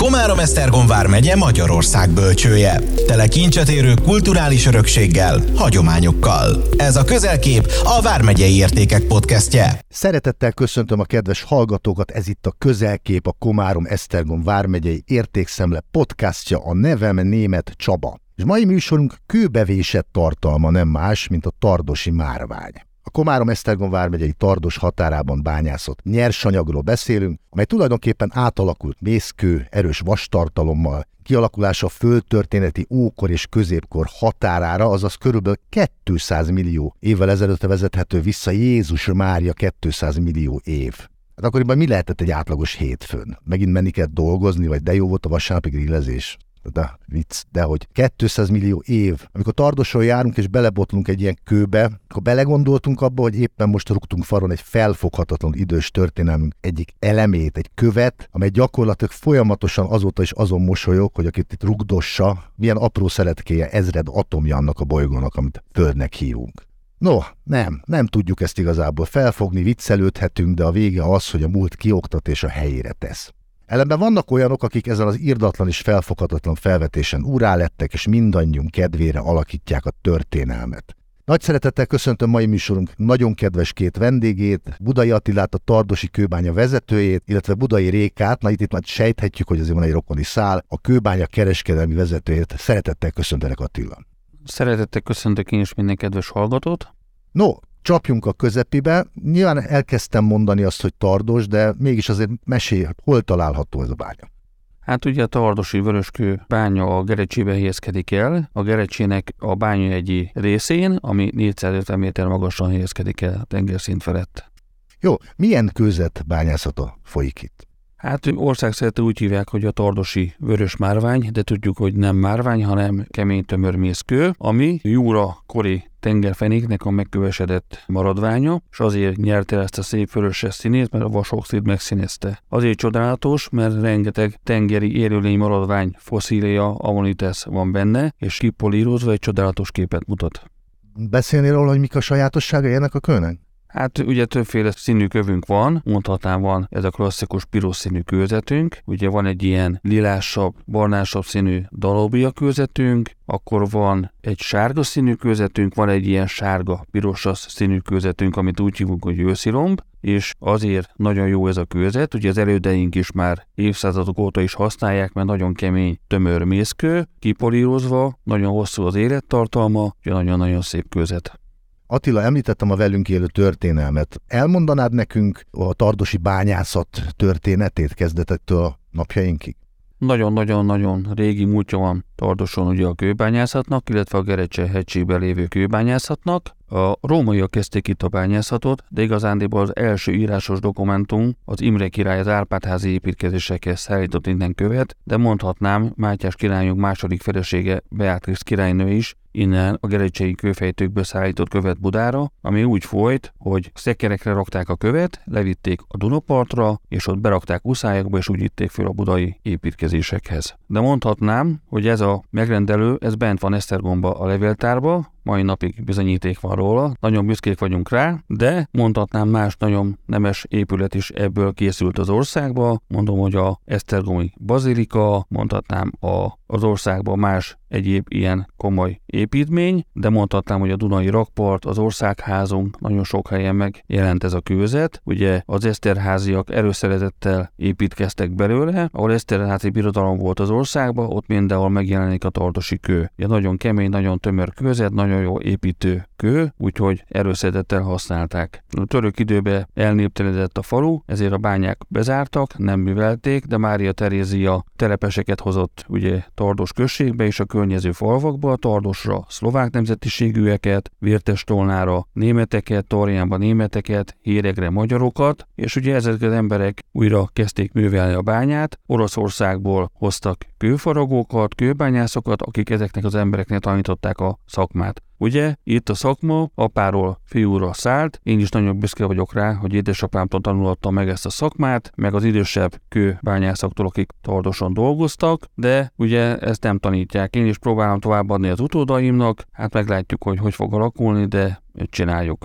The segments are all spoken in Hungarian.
Komárom-Esztergom vármegye Magyarország bölcsője. Tele kincset érő kulturális örökséggel, hagyományokkal. Ez a Közelkép, a Vármegyei Értékek podcastje. Szeretettel köszöntöm a kedves hallgatókat, ez itt a Közelkép, a Komárom-Esztergom vármegyei értékszemle podcastja, a nevem Németh Csaba. És mai műsorunk kőbevésett tartalma nem más, mint a tardosi márvány. A Komárom-Esztergom vármegyei Tardos határában bányászott nyersanyagról beszélünk, amely tulajdonképpen átalakult mészkő, erős vastartalommal, kialakulása földtörténeti ókor és középkor határára, azaz körülbelül 200 millió évvel ezelőttre vezethető vissza Jézus Mária 200 millió év. Hát akkoriban mi lehetett egy átlagos hétfőn? Megint menni kell dolgozni, vagy de jó volt a vasárnapi grillezés? De vicc, de hogy 200 millió év. Amikor Tardosról járunk és belebotlunk egy ilyen kőbe, akkor belegondoltunk abba, hogy éppen most rúgtunk faron egy felfoghatatlan idős történelmünk egyik elemét, egy követ, amely gyakorlatilag folyamatosan azóta is azon mosolyog, hogy akit itt rugdossa, milyen apró szeletkéje, ezred atomja annak a bolygónak, amit Földnek hívunk. No, nem tudjuk ezt igazából felfogni, viccelődhetünk, de a vége az, hogy a múlt kioktat és a helyére tesz. Ellenben vannak olyanok, akik ezen az irdatlan és felfoghatatlan felvetésen úrrá lettek, és mindannyiunk kedvére alakítják a történelmet. Nagy szeretettel köszöntöm mai műsorunk nagyon kedves két vendégét, Budai Attilát, a tardosi kőbánya vezetőjét, illetve Budai Rékát, itt már sejthetjük, hogy azért van egy rokoni szál, a kőbánya kereskedelmi vezetőjét. Szeretettel köszöntelek, Attila. Szeretettel köszöntök én is minden kedves hallgatót. No, csapjunk a közepébe. Nyilván elkezdtem mondani azt, hogy Tardos, de mégis azért mesélj, hol található ez a bánya? Hát ugye a tardosi vöröskő bánya a Gerecsébe helyezkedik el. A Gerecsének a bányahegyi részén, ami 450 méter magasan helyezkedik el a tengerszint felett. Jó, milyen kőzet bányászata folyik itt? Hát országszerte úgy hívják, hogy a tardosi vörös márvány, de tudjuk, hogy nem márvány, hanem kemény tömörmészkő, ami júra kori tengerfenéknek a megkövesedett maradványa, és azért nyerte ezt a szép vöröses színét, mert a vasoxid megszínezte. Azért csodálatos, mert rengeteg tengeri élőlény maradvány fosszília, ammonites van benne, és kipolírozva egy csodálatos képet mutat. Beszélnél róla, hogy mik a sajátosságai ennek a kőnek? Hát ugye többféle színű kövünk van, mondhatnám van ez a klasszikus piros színű kőzetünk, ugye van egy ilyen lilásabb, barnásabb színű dalóbia kőzetünk, akkor van egy sárga színű kőzetünk, van egy ilyen sárga, pirosas színű kőzetünk, amit úgy hívunk, hogy ősziromb, és azért nagyon jó ez a kőzet, ugye az elődeink is már évszázadok óta is használják, mert nagyon kemény, tömör mészkő, kipolírozva, nagyon hosszú az élettartalma, ugye nagyon-nagyon szép kőzet. Attila, említettem a velünk élő történelmet. Elmondanád nekünk a tardosi bányászat történetét kezdetektől a napjainkig? Nagyon-nagyon-nagyon régi múltja van Tardoson ugye a kőbányászatnak, illetve a Gerecse hegységben lévő kőbányászatnak. A rómaiak kezdték itt a bányászatot, de igazándiból az első írásos dokumentum az Imre király az Árpád-házi építkezésekhez szállított innen követ, de mondhatnám Mátyás királyunk második felesége Beatrice királynő is innen a gerecsei kőfejtőkből szállított követ Budára, ami úgy folyt, hogy szekerekre rakták a követ, levitték a Dunapartra, és ott berakták uszályakba, és úgy vitték föl a budai építkezésekhez. De mondhatnám, hogy ez a megrendelő, ez bent van Esztergomba a levéltárba, mai napig bizonyíték van róla, nagyon büszkék vagyunk rá, de mondhatnám más nagyon nemes épület is ebből készült az országba, mondom, hogy a esztergomi bazilika, mondhatnám az országban más egyéb ilyen komoly építmény, de mondhatnám, hogy a Dunai rakpart, az országházunk, nagyon sok helyen megjelent ez a kőzet. Ugye az Eszterháziak erőszeretettel építkeztek belőle, ahol Eszterházi birodalom volt az országban, ott mindenhol megjelenik a tardosi kő. Ugye nagyon kemény, nagyon tömör kőzet, nagyon jó építő kő, úgyhogy erőszeretettel használták. A török időben elnéptelenedett a falu, ezért a bányák bezártak, nem művelték, de Mária Terézia telepeseket hozott ugye Tardos községbe és a környező falvakba, Tardosra szlovák nemzetiségűeket, Virtestolnára németeket, Torjánba németeket, Héregre magyarokat, és ugye ezek az emberek újra kezdték művelni a bányát, Oroszországból hoztak kőfaragókat, kőbányászokat, akik ezeknek az embereknek tanították a szakmát. Ugye, itt a szakma apáról fiúra szállt, én is nagyon büszke vagyok rá, hogy édesapámtól tanultam meg ezt a szakmát, meg az idősebb kőbányászoktól, akik Tardoson dolgoztak, de ugye ezt nem tanítják. Én is próbálom továbbadni az utódaimnak, hát meglátjuk, hogy fog alakulni, de csináljuk.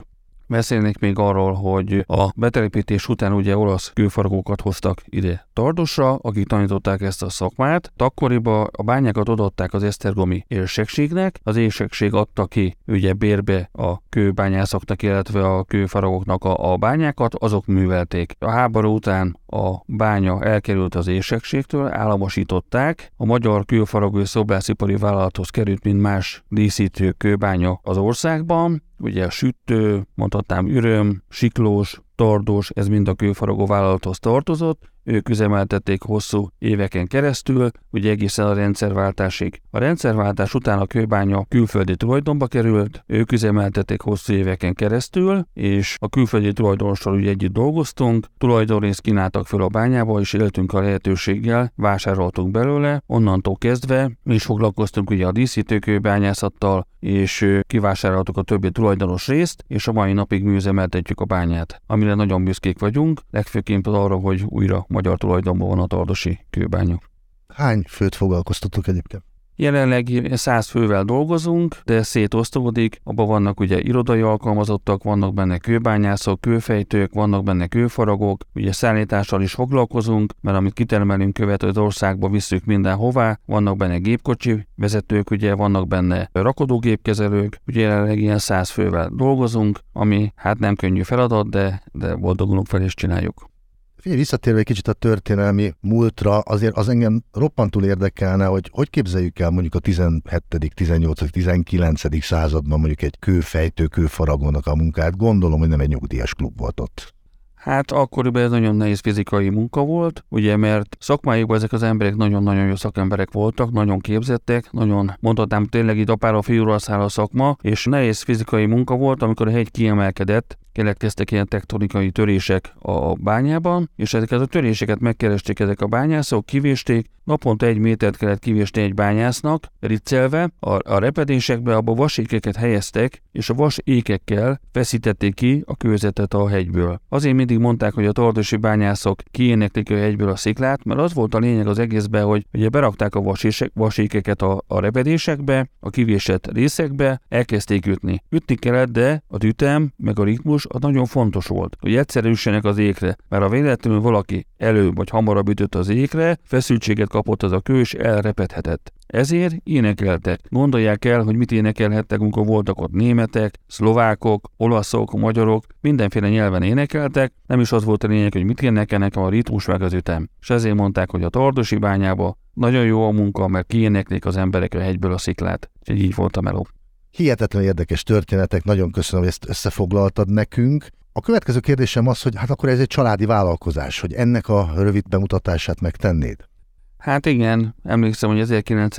Beszélnék még arról, hogy a betelepítés után ugye olasz kőfaragókat hoztak ide Tardosra, akik tanították ezt a szakmát. Akkoriban a bányákat odaadták az esztergomi érsekségnek, az érsekség adta ki ugye bérbe a kőbányászoknak, illetve a kőfaragóknak a bányákat, azok művelték. A háború után a bánya elkerült az érsekségtől, államosították, a magyar kőfaragó és szobrászipari vállalathoz került, mint más díszítő kőbánya az országban. Ugye a Süttő, mondhatnám Üröm, Siklós, Tardos, ez mind a kőfaragó vállalathoz tartozott, ők üzemeltették hosszú éveken keresztül, ugye egészen a rendszerváltásig. A rendszerváltás után a kőbánya külföldi tulajdonba került, ők üzemeltették hosszú éveken keresztül, és a külföldi tulajdonossal ugye együtt dolgoztunk, tulajdonrészt kínáltak föl a bányába, és éltünk a lehetőséggel, vásároltunk belőle, onnantól kezdve mi is foglalkoztunk ugye a díszítőkőbányászattal, és kivásároltuk a többi tulajdonos részt, és a mai napig mi üzemeltetjük a bányát, amire nagyon büszkék vagyunk, legfőképp arra, hogy újra magyar tulajdonban van a tardosi kőbánya. Hány főt foglalkoztatok egyébként? Jelenleg 100 fővel dolgozunk, de szétosztódik, abban vannak ugye irodai alkalmazottak, vannak benne kőbányászok, kőfejtők, vannak benne kőfaragók, ugye szállítással is foglalkozunk, mert amit kitermelünk követ az országba visszük mindenhová, vannak benne gépkocsi vezetők, ugye vannak benne rakodógépkezelők, ugye jelenleg ilyen 100 fővel dolgozunk, ami hát nem könnyű feladat, de boldogulunk fel és csináljuk. Figyelj, visszatérve egy kicsit a történelmi múltra, azért az engem roppantul érdekelne, hogy képzeljük el mondjuk a 17., 18., 19. században mondjuk egy kőfejtő, kőfaragónak a munkát. Gondolom, hogy nem egy nyugdíjas klub volt ott. Hát akkoriban ez nagyon nehéz fizikai munka volt, ugye, mert szakmájukban ezek az emberek nagyon-nagyon jó szakemberek voltak, nagyon képzettek, nagyon mondhatnám tényleg itt apára fiúra száll a szakma, és nehéz fizikai munka volt, amikor a hegy kiemelkedett, keletkeztek ilyen tektonikai törések a bányában, és ezeket a töréseket megkeresték ezek a bányászok, kivésték, naponta 1 métert kellett kivésni egy bányásznak, riccelve, a repedésekbe abba vasékeket helyeztek, és a vasékekkel feszítették ki a kőzetet a hegyből. Azért mindig mondták, hogy a tardosi bányászok kiéneklik a hegyből a sziklát, mert az volt a lényeg az egészben, hogy ugye berakták a vasékeket a repedésekbe, a kivésett részekbe, elkezdték ütni. Ütni kellett, de az ütem, meg a ritmus az nagyon fontos volt, hogy egyszerre üssenek az égre, mert ha véletlenül valaki előbb vagy hamarabb ütött az égre, feszültséget kapott az a kő, és elrepedhetett. Ezért énekeltek. Gondolják el, hogy mit énekelhettek, amikor voltak ott németek, szlovákok, olaszok, magyarok, mindenféle nyelven énekeltek, nem is az volt a lényeg, hogy mit énekelnek, a ritmus meg az ütem. És ezért mondták, hogy a tardosi bányába nagyon jó a munka, mert kiéneklik az emberek a hegyből a sziklát. Úgyhogy így volt a meló. Hihetetlen érdekes történetek, nagyon köszönöm, hogy ezt összefoglaltad nekünk. A következő kérdésem az, hogy hát akkor ez egy családi vállalkozás, hogy ennek a rövid bemutatását megtennéd? Hát igen, emlékszem, hogy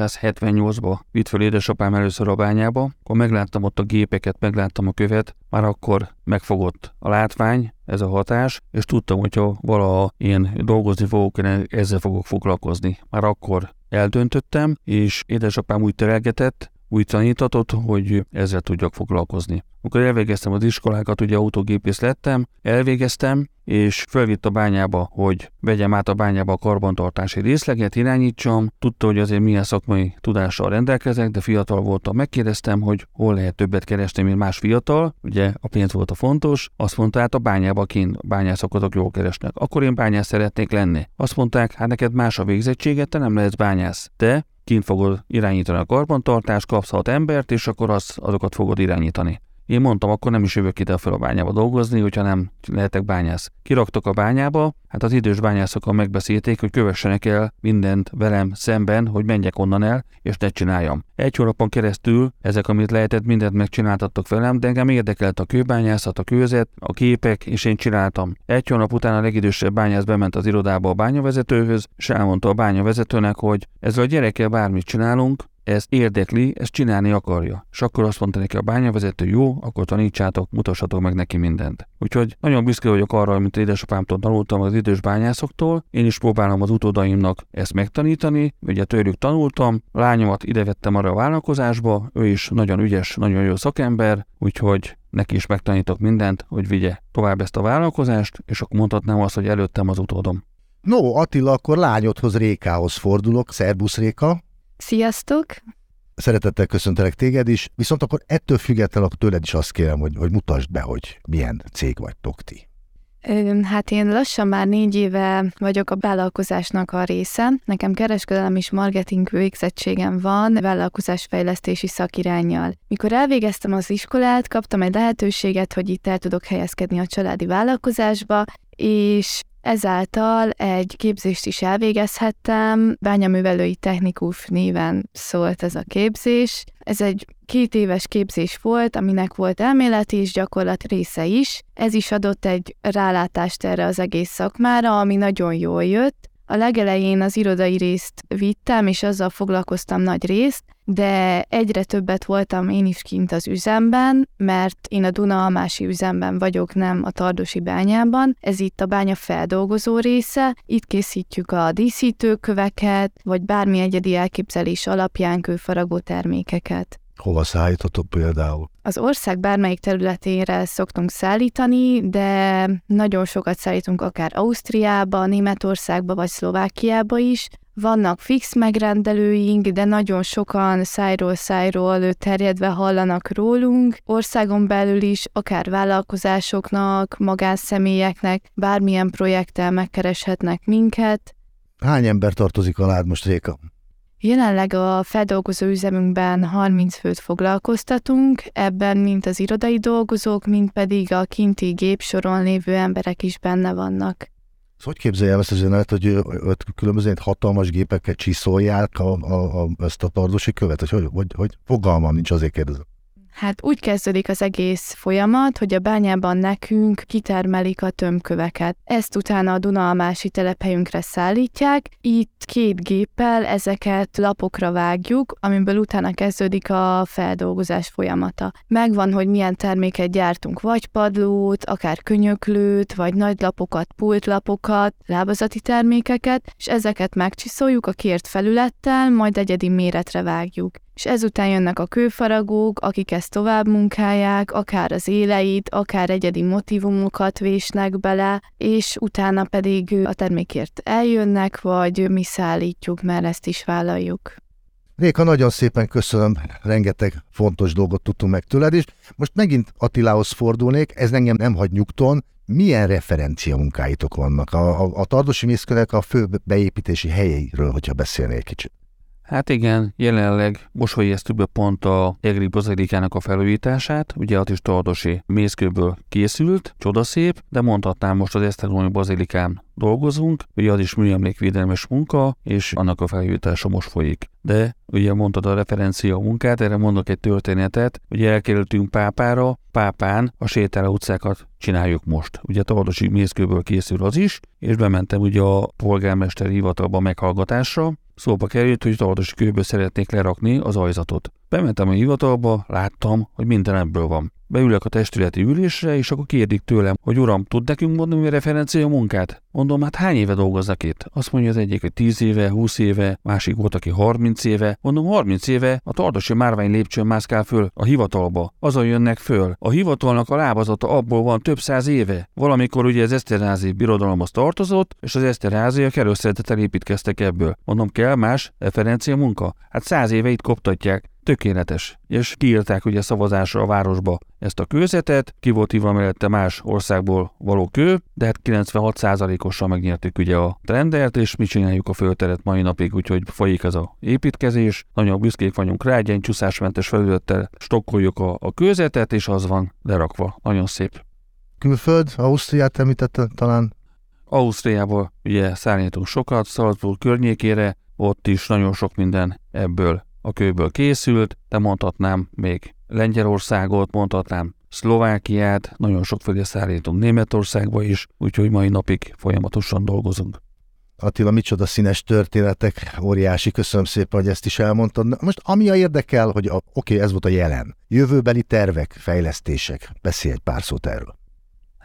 1978-ban vitt föl édesapám először a bányába, akkor megláttam ott a gépeket, megláttam a követ, már akkor megfogott a látvány, ez a hatás, és tudtam, hogyha valaha én dolgozni fogok, ezzel fogok foglalkozni. Már akkor eldöntöttem, és édesapám úgy terelgetett, úgy tanítatott, hogy ezzel tudjak foglalkozni. Amikor elvégeztem az iskolákat, ugye autógépész lettem, elvégeztem, és felvitt a bányába, hogy vegyem át a bányába a karbantartási részleget, irányítsam. Tudta, hogy azért milyen szakmai tudással rendelkezek, de fiatal voltam. Megkérdeztem, hogy hol lehet többet keresni, mint más fiatal. Ugye a pénz volt a fontos. Azt mondta, hát a bányába kint bányászok azok jól keresnek. Akkor én bányász szeretnék lenni. Azt mondták, hát neked más a végzettséget, te nem lehetsz bányász. De kint fogod irányítani a karbantartást, kapsz 6 embert, és akkor azokat fogod irányítani. Én mondtam, akkor nem is jövök ide fel a bányába dolgozni, hogyha nem lehetek bányász. Kiraktok a bányába, hát az idős bányászokkal megbeszélték, hogy kövessenek el mindent velem szemben, hogy menjek onnan el, és ne csináljam. 1 hónapon keresztül ezek, amit lehetett, mindent megcsináltattak velem, de engem érdekelt a kőbányászat, a kőzet, a képek, és én csináltam. 1 hónap után a legidősebb bányász bement az irodába a bányavezetőhöz, és elmondta a bányavezetőnek, hogy ezzel a gyerekkel bármit csinálunk, ez érdekli, ezt csinálni akarja. És akkor azt mondta neki a bányavezető, jó, akkor tanítsátok, mutassatok meg neki mindent. Úgyhogy nagyon büszke vagyok arra, amit édesapámtól tanultam az idős bányászoktól. Én is próbálom az utódaimnak ezt megtanítani, ugye tőlük tanultam, a lányomat idevettem arra a vállalkozásba, ő is nagyon ügyes, nagyon jó szakember, úgyhogy neki is megtanítok mindent, hogy vigye tovább ezt a vállalkozást, és akkor mondhatnám azt, hogy előttem az utódom. No, Attila, akkor lányodhoz, Rékához fordulok. Szerbusz, Réka! Sziasztok! Szeretettel köszöntelek téged is, viszont akkor ettől függetlenül tőled is azt kérem, hogy mutasd be, hogy milyen cég vagytok ti. Hát én lassan már 4 éve vagyok a vállalkozásnak a része. Nekem kereskedelem és marketing végzettségem van vállalkozásfejlesztési szakiránnyal. Mikor elvégeztem az iskolát, kaptam egy lehetőséget, hogy itt el tudok helyezkedni a családi vállalkozásba, és ezáltal egy képzést is elvégezhettem, bányaművelői technikus néven szólt ez a képzés. Ez egy 2 éves képzés volt, aminek volt elméleti és gyakorlat része is. Ez is adott egy rálátást erre az egész szakmára, ami nagyon jól jött. A legelején az irodai részt vittem, és azzal foglalkoztam nagy részt, de egyre többet voltam én is kint az üzemben, mert én a Dunahalmási üzemben vagyok, nem a Tardosi bányában. Ez itt a bánya feldolgozó része, itt készítjük a díszítőköveket, vagy bármi egyedi elképzelés alapján kőfaragó termékeket. Hova szállítotok például? Az ország bármelyik területére szoktunk szállítani, de nagyon sokat szállítunk akár Ausztriába, Németországba vagy Szlovákiába is. Vannak fix megrendelőink, de nagyon sokan szájról terjedve hallanak rólunk. Országon belül is, akár vállalkozásoknak, magánszemélyeknek, bármilyen projekttel megkereshetnek minket. Hány ember tartozik alád most, Réka? Jelenleg a feldolgozó üzemünkben 30 főt foglalkoztatunk, ebben mind az irodai dolgozók, mind pedig a kinti gépsoron lévő emberek is benne vannak. Hogy képzelj el ezt az üzenet, hogy különböző hatalmas gépekkel csiszolják ezt a tardosi követ? Hogy fogalmam nincs, azért kérdezem. Hát úgy kezdődik az egész folyamat, hogy a bányában nekünk kitermelik a tömköveket. Ezt utána a Dunahalmási telephelyünkre szállítják, itt 2 géppel ezeket lapokra vágjuk, amiből utána kezdődik a feldolgozás folyamata. Megvan, hogy milyen terméket gyártunk, vagy padlót, akár könyöklőt, vagy nagy lapokat, pultlapokat, lábazati termékeket, és ezeket megcsiszoljuk a kért felülettel, majd egyedi méretre vágjuk. És ezután jönnek a kőfaragók, akik ezt tovább munkálják, akár az éleit, akár egyedi motivumokat vésnek bele, és utána pedig a termékért eljönnek, vagy mi szállítjuk, mert ezt is vállaljuk. Réka, nagyon szépen köszönöm, rengeteg fontos dolgot tudtunk meg tőled, és most megint Attilához fordulnék, ez engem nem hagy nyugton. Milyen referencia munkáitok vannak a tardosi mészkőnek a fő beépítési helyeiről, hogyha beszélnél kicsit? Hát igen, jelenleg most fejeztük be pont a Egri bazilikának a felújítását, ugye az is tardosi mészkőből készült, csodaszép, de mondhatnám most az esztergomi bazilikán dolgozunk, ugye az is műemlékvédelmes munka, és annak a felújítása most folyik. De ugye mondtad a referencia munkát, erre mondok egy történetet, ugye elkerültünk Pápára, Pápán a sétáló utcákat csináljuk most. Ugye tardosi mészkőből készül az is, és bementem ugye a polgármesteri hivatalba meghallgatásra. Szóba került, hogy tardosi kőből szeretnék lerakni az ajzatot. Bementem a hivatalba, láttam, hogy minden ebből van. Beülök a testületi ülésre, és akkor kérdik tőlem, hogy uram, tud nekünk mondani a referencia munkát? Mondom, hát hány éve dolgoznak itt? Azt mondja az egyik, hogy 10 éve, 20 éve, másik volt, aki 30 éve. Mondom, 30 éve a tardosi márvány lépcsőn mászkál föl a hivatalba. Azon jönnek föl. A hivatalnak a lábazata abból van több 100 éve. Valamikor ugye az Eszterházy birodalomhoz tartozott, és az Eszterházyak előszeretettel építkeztek ebből. Mondom, kell más referencia munka? Hát 100 éve itt koptatják. Tökéletes. És kiírták ugye szavazásra a városba ezt a kőzetet, ki volt írva mellette más országból való kő, de hát 96%-osan megnyertük ugye a tendert, és mi csináljuk a földteret mai napig, úgyhogy folyik ez a építkezés. Nagyon büszkék vagyunk rá, egy csúszásmentes felülettel stokkoljuk a kőzetet, és az van lerakva. Nagyon szép. Külföld, Ausztriát említette talán? Ausztriából ugye szállítunk sokat, Salzburg környékére, ott is nagyon sok minden ebből a kőből készült, de mondhatnám még Lengyelországot, mondhatnám Szlovákiát, nagyon sokféle szállítunk Németországba is, úgyhogy mai napig folyamatosan dolgozunk. Attila, micsoda színes történetek, óriási, köszönöm szépen, hogy ezt is elmondtad. Most ami érdekel, hogy oké, ez volt a jelen. Jövőbeli tervek, fejlesztések, beszélj egy pár szót erről.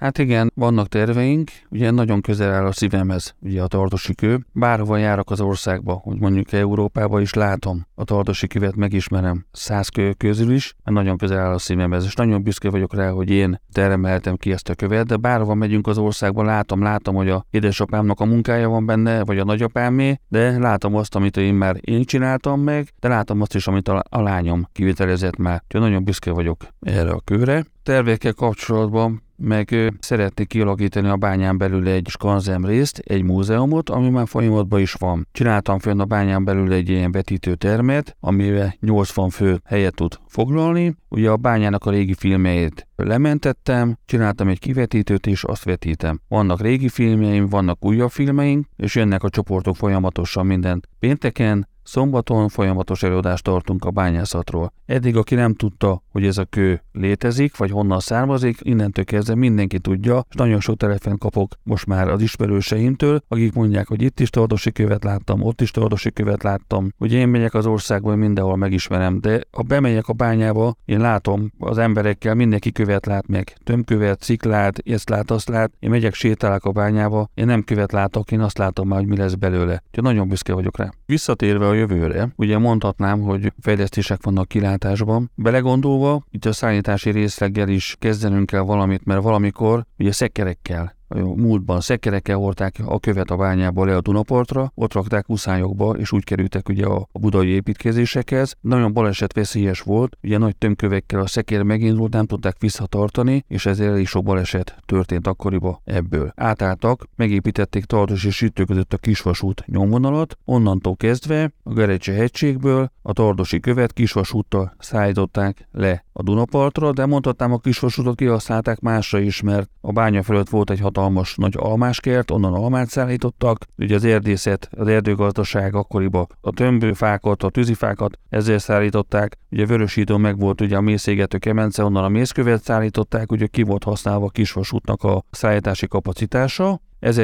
Hát igen, vannak terveink, ugye nagyon közel áll a szívemhez, ugye a tardosi kő. Bárhova járok az országba, hogy mondjuk Európába is látom a tardosi követ, megismerem 100 kő közül is, mert nagyon közel áll a szívemhez, és nagyon büszke vagyok rá, hogy én termeltem ki ezt a követ, de bárhova megyünk az országba, látom, hogy a édesapámnak a munkája van benne, vagy a nagyapámé, de látom azt, amit én csináltam meg, de látom azt is, amit a lányom kivitelezett már. Úgyhogy nagyon büszke vagyok erre a kőre. Tervekkel kapcsolatban meg szeretnék kialakítani a bányán belül egy skanzenrészt, egy múzeumot, ami már folyamatban is van. Csináltam fönn a bányán belül egy ilyen vetítőtermet, amivel 80 fő helyet tud foglalni. Ugye a bányának a régi filmjeit lementettem, csináltam egy kivetítőt és azt vetítem. Vannak régi filmjeim, vannak újabb filmeink, és jönnek a csoportok folyamatosan minden pénteken, szombaton folyamatos előadást tartunk a bányászatról. Eddig, aki nem tudta, hogy ez a kő létezik, vagy honnan származik, innentől kezdve mindenki tudja, és nagyon sok telefont kapok most már az ismerőseimtől, akik mondják, hogy itt is tardosi követ láttam, ott is tardosi követ láttam. Ugye én megyek az országban, mindenhol megismerem, de ha bemegyek a bányába, én látom az emberekkel, mindenki követ lát meg. Tömkövet, sziklát, ezt lát, azt lát. Én megyek, sétálok a bányába, én nem követ látok, én azt látom már, hogy mi lesz belőle. Úgyhogy nagyon büszke vagyok rá. Visszatérve a jövőre, ugye mondhatnám, hogy fejlesztések vannak kilátásban. Belegondolva, itt a szállítási részleggel is kezdenünk kell valamit, mert valamikor ugye szekkerekkel, múltban szekkerekkel hordták a követ a bányából le a Dunapartra, ott rakták uszályokba, és úgy kerültek ugye a budai építkezésekhez. Nagyon balesetveszélyes volt, ugye nagy tömkövekkel a szekér megindult, nem tudták visszatartani, és ezért elég sok baleset történt akkoriban ebből. Átálltak, megépítették Tardos és Sütő között a kisvasút nyomvonalat, onnantól kezdve a Gerecse-hegységből a tardosi követ kisvasúttal szállították le a Dunapartra, de mondhatnám, a kisvasútot kihasználták másra is, mert a bánya fölött volt egy hatalmas nagy almáskert, onnan almát szállítottak. Ugye az erdészet, az erdőgazdaság akkoriban a tömbőfákat, a tűzifákat ezzel szállították. Ugye Vörösíton meg volt ugye a mészégető kemence, onnan a mészkövet szállították, ugye ki volt használva a kisvasútnak a szállítási kapacitása.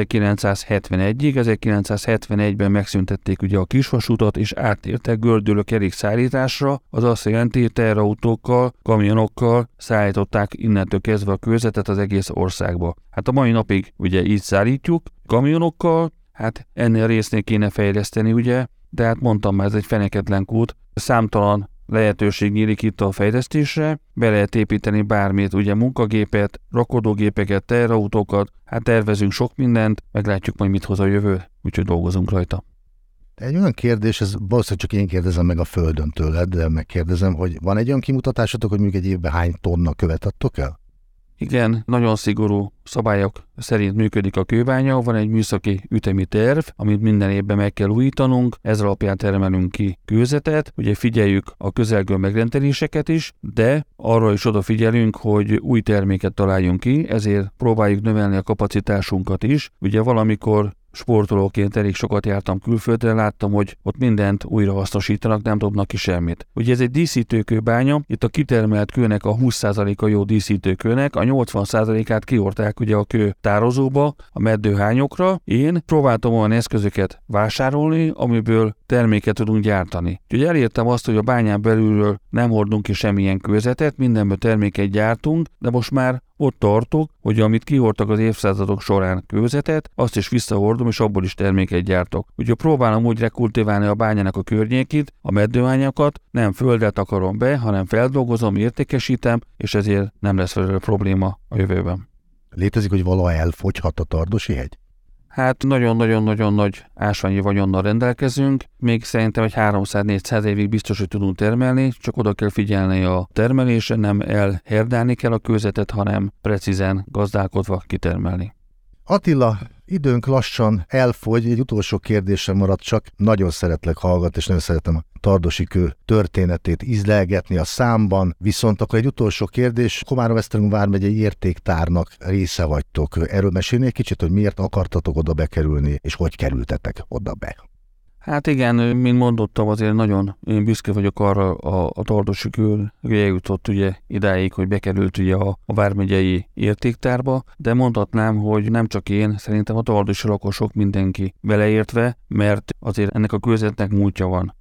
1971-ben megszüntették ugye a kisvasútat, és áttértek gördülő kerékszállításra, az azt jelenti, hogy teherautókkal, kamionokkal szállították innentől kezdve a kőzetet az egész országba. Hát a mai napig ugye így szállítjuk, kamionokkal, hát ennél résznél kéne fejleszteni, ugye, de hát mondtam már, ez egy feneketlen kút, számtalan lehetőség nyílik itt a fejlesztésre, be lehet építeni bármit, ugye munkagépet, rakodógépeket, teherautókat, hát tervezünk sok mindent, meglátjuk majd mit hoz a jövő, úgyhogy dolgozunk rajta. Egy olyan kérdés, ez valószínűleg csak én kérdezem meg a Földön tőled, de megkérdezem, hogy van egy olyan kimutatásotok, hogy mondjuk egy évben hány tonna követ adtok el? Igen, nagyon szigorú szabályok szerint működik a kőbánya, van egy műszaki ütemi terv, amit minden évben meg kell újítanunk, ez alapján termelünk ki kőzetet, ugye figyeljük a közelgő megrendeléseket is, de arra is odafigyelünk, hogy új terméket találjunk ki, ezért próbáljuk növelni a kapacitásunkat is. Ugye valamikor sportolóként elég sokat jártam külföldre, láttam, hogy ott mindent újra hasznosítanak, nem dobnak ki semmit. Ugye ez egy díszítőkőbánya, itt a kitermelt kőnek a 20%-a jó díszítőkőnek, a 80%-át kihordták ugye a kő tározóba, a meddőhányokra. Én próbáltam olyan eszközöket vásárolni, amiből terméket tudunk gyártani. Úgyhogy elértem azt, hogy a bányán belülről nem hordunk ki semmilyen kőzetet, mindenből terméket gyártunk, de most már ott tartok, hogy amit kihordtak az évszázadok során kőzetet, azt is visszahordom, és abból is terméket gyártok. Úgyhogy próbálom úgy rekultiválni a bányának a környékét, a meddőhányakat, nem földet akarom be, hanem feldolgozom, értékesítem, és ezért nem lesz vele probléma a jövőben. Létezik, hogy valaha elfogyhat a Tardosi hegy? Hát nagyon-nagyon-nagyon nagy ásványi vagyonnal rendelkezünk, még szerintem egy 300-400 évig biztos, hogy tudunk termelni, csak oda kell figyelni a termelésre, nem elherdálni kell a kőzetet, hanem precízen gazdálkodva kitermelni. Attila, időnk lassan elfogy, egy utolsó kérdésem maradt csak. Nagyon szeretlek hallgatni, és nagyon szeretem a tardosi kő történetét ízlelgetni a számban. Viszont akkor egy utolsó kérdés, Komárom-Esztergom vármegyei értéktárnak része vagytok. Erről mesélni egy kicsit, hogy miért akartatok oda bekerülni, és hogy kerültetek oda be? Hát igen, mint mondottam, azért nagyon én büszke vagyok arra a tardosi kő, hogy eljutott ugye idáig, hogy bekerült ugye a vármegyei értéktárba, de mondhatnám, hogy nem csak én, szerintem a tardosi lakosok mindenki beleértve, mert azért ennek a kőzetnek múltja van.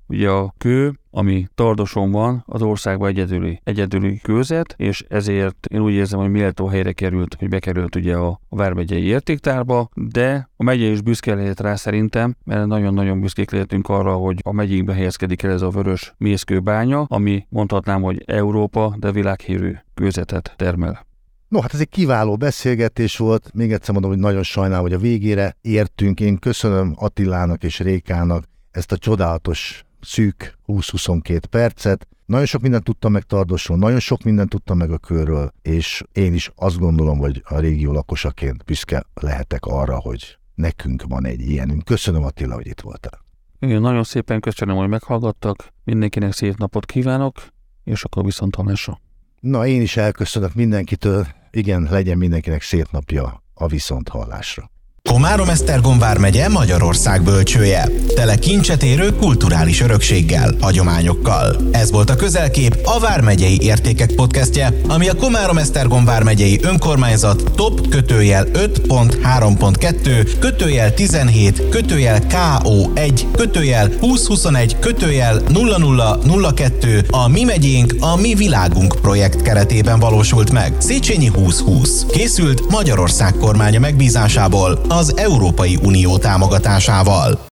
Ugye a kő, ami Tardoson van, az országban egyedüli kőzet, és ezért én úgy érzem, hogy méltó helyre került, hogy bekerült ugye a vármegyei értéktárba, de a megye is büszke lehet rá szerintem, mert nagyon-nagyon büszkék lehetünk arra, hogy a megyénkben helyezkedik el ez a vörös mészkőbánya, ami mondhatnám, hogy Európa, de világhírű kőzetet termel. No, hát ez egy kiváló beszélgetés volt. Még egyszer mondom, hogy nagyon sajnálom, hogy a végére értünk. Én köszönöm Attilának és Rékának ezt a csodálatos szűk 20-22 percet. Nagyon sok mindent tudtam meg Tardosról, nagyon sok mindent tudtam meg a kőről, és én is azt gondolom, hogy a régió lakosaként büszke lehetek arra, hogy nekünk van egy ilyenünk. Köszönöm, Attila, hogy itt voltál. Én nagyon szépen köszönöm, hogy meghallgattak. Mindenkinek szép napot kívánok, és akkor viszonthallásra. Na, én is elköszönök mindenkitől. Igen, legyen mindenkinek szép napja, a viszonthallásra. Komárom-Esztergom vármegye Magyarország bölcsője. Tele kincset érő kulturális örökséggel, hagyományokkal. Ez volt a Közelkép, a Vármegyei Értékek podcastje, ami a Komárom-Esztergom vármegyei önkormányzat top /5.3.2 17 KO1 2021 0002 a Mi megyénk, a Mi világunk projekt keretében valósult meg. Széchenyi 2020. Készült Magyarország kormánya megbízásából az Európai Unió támogatásával.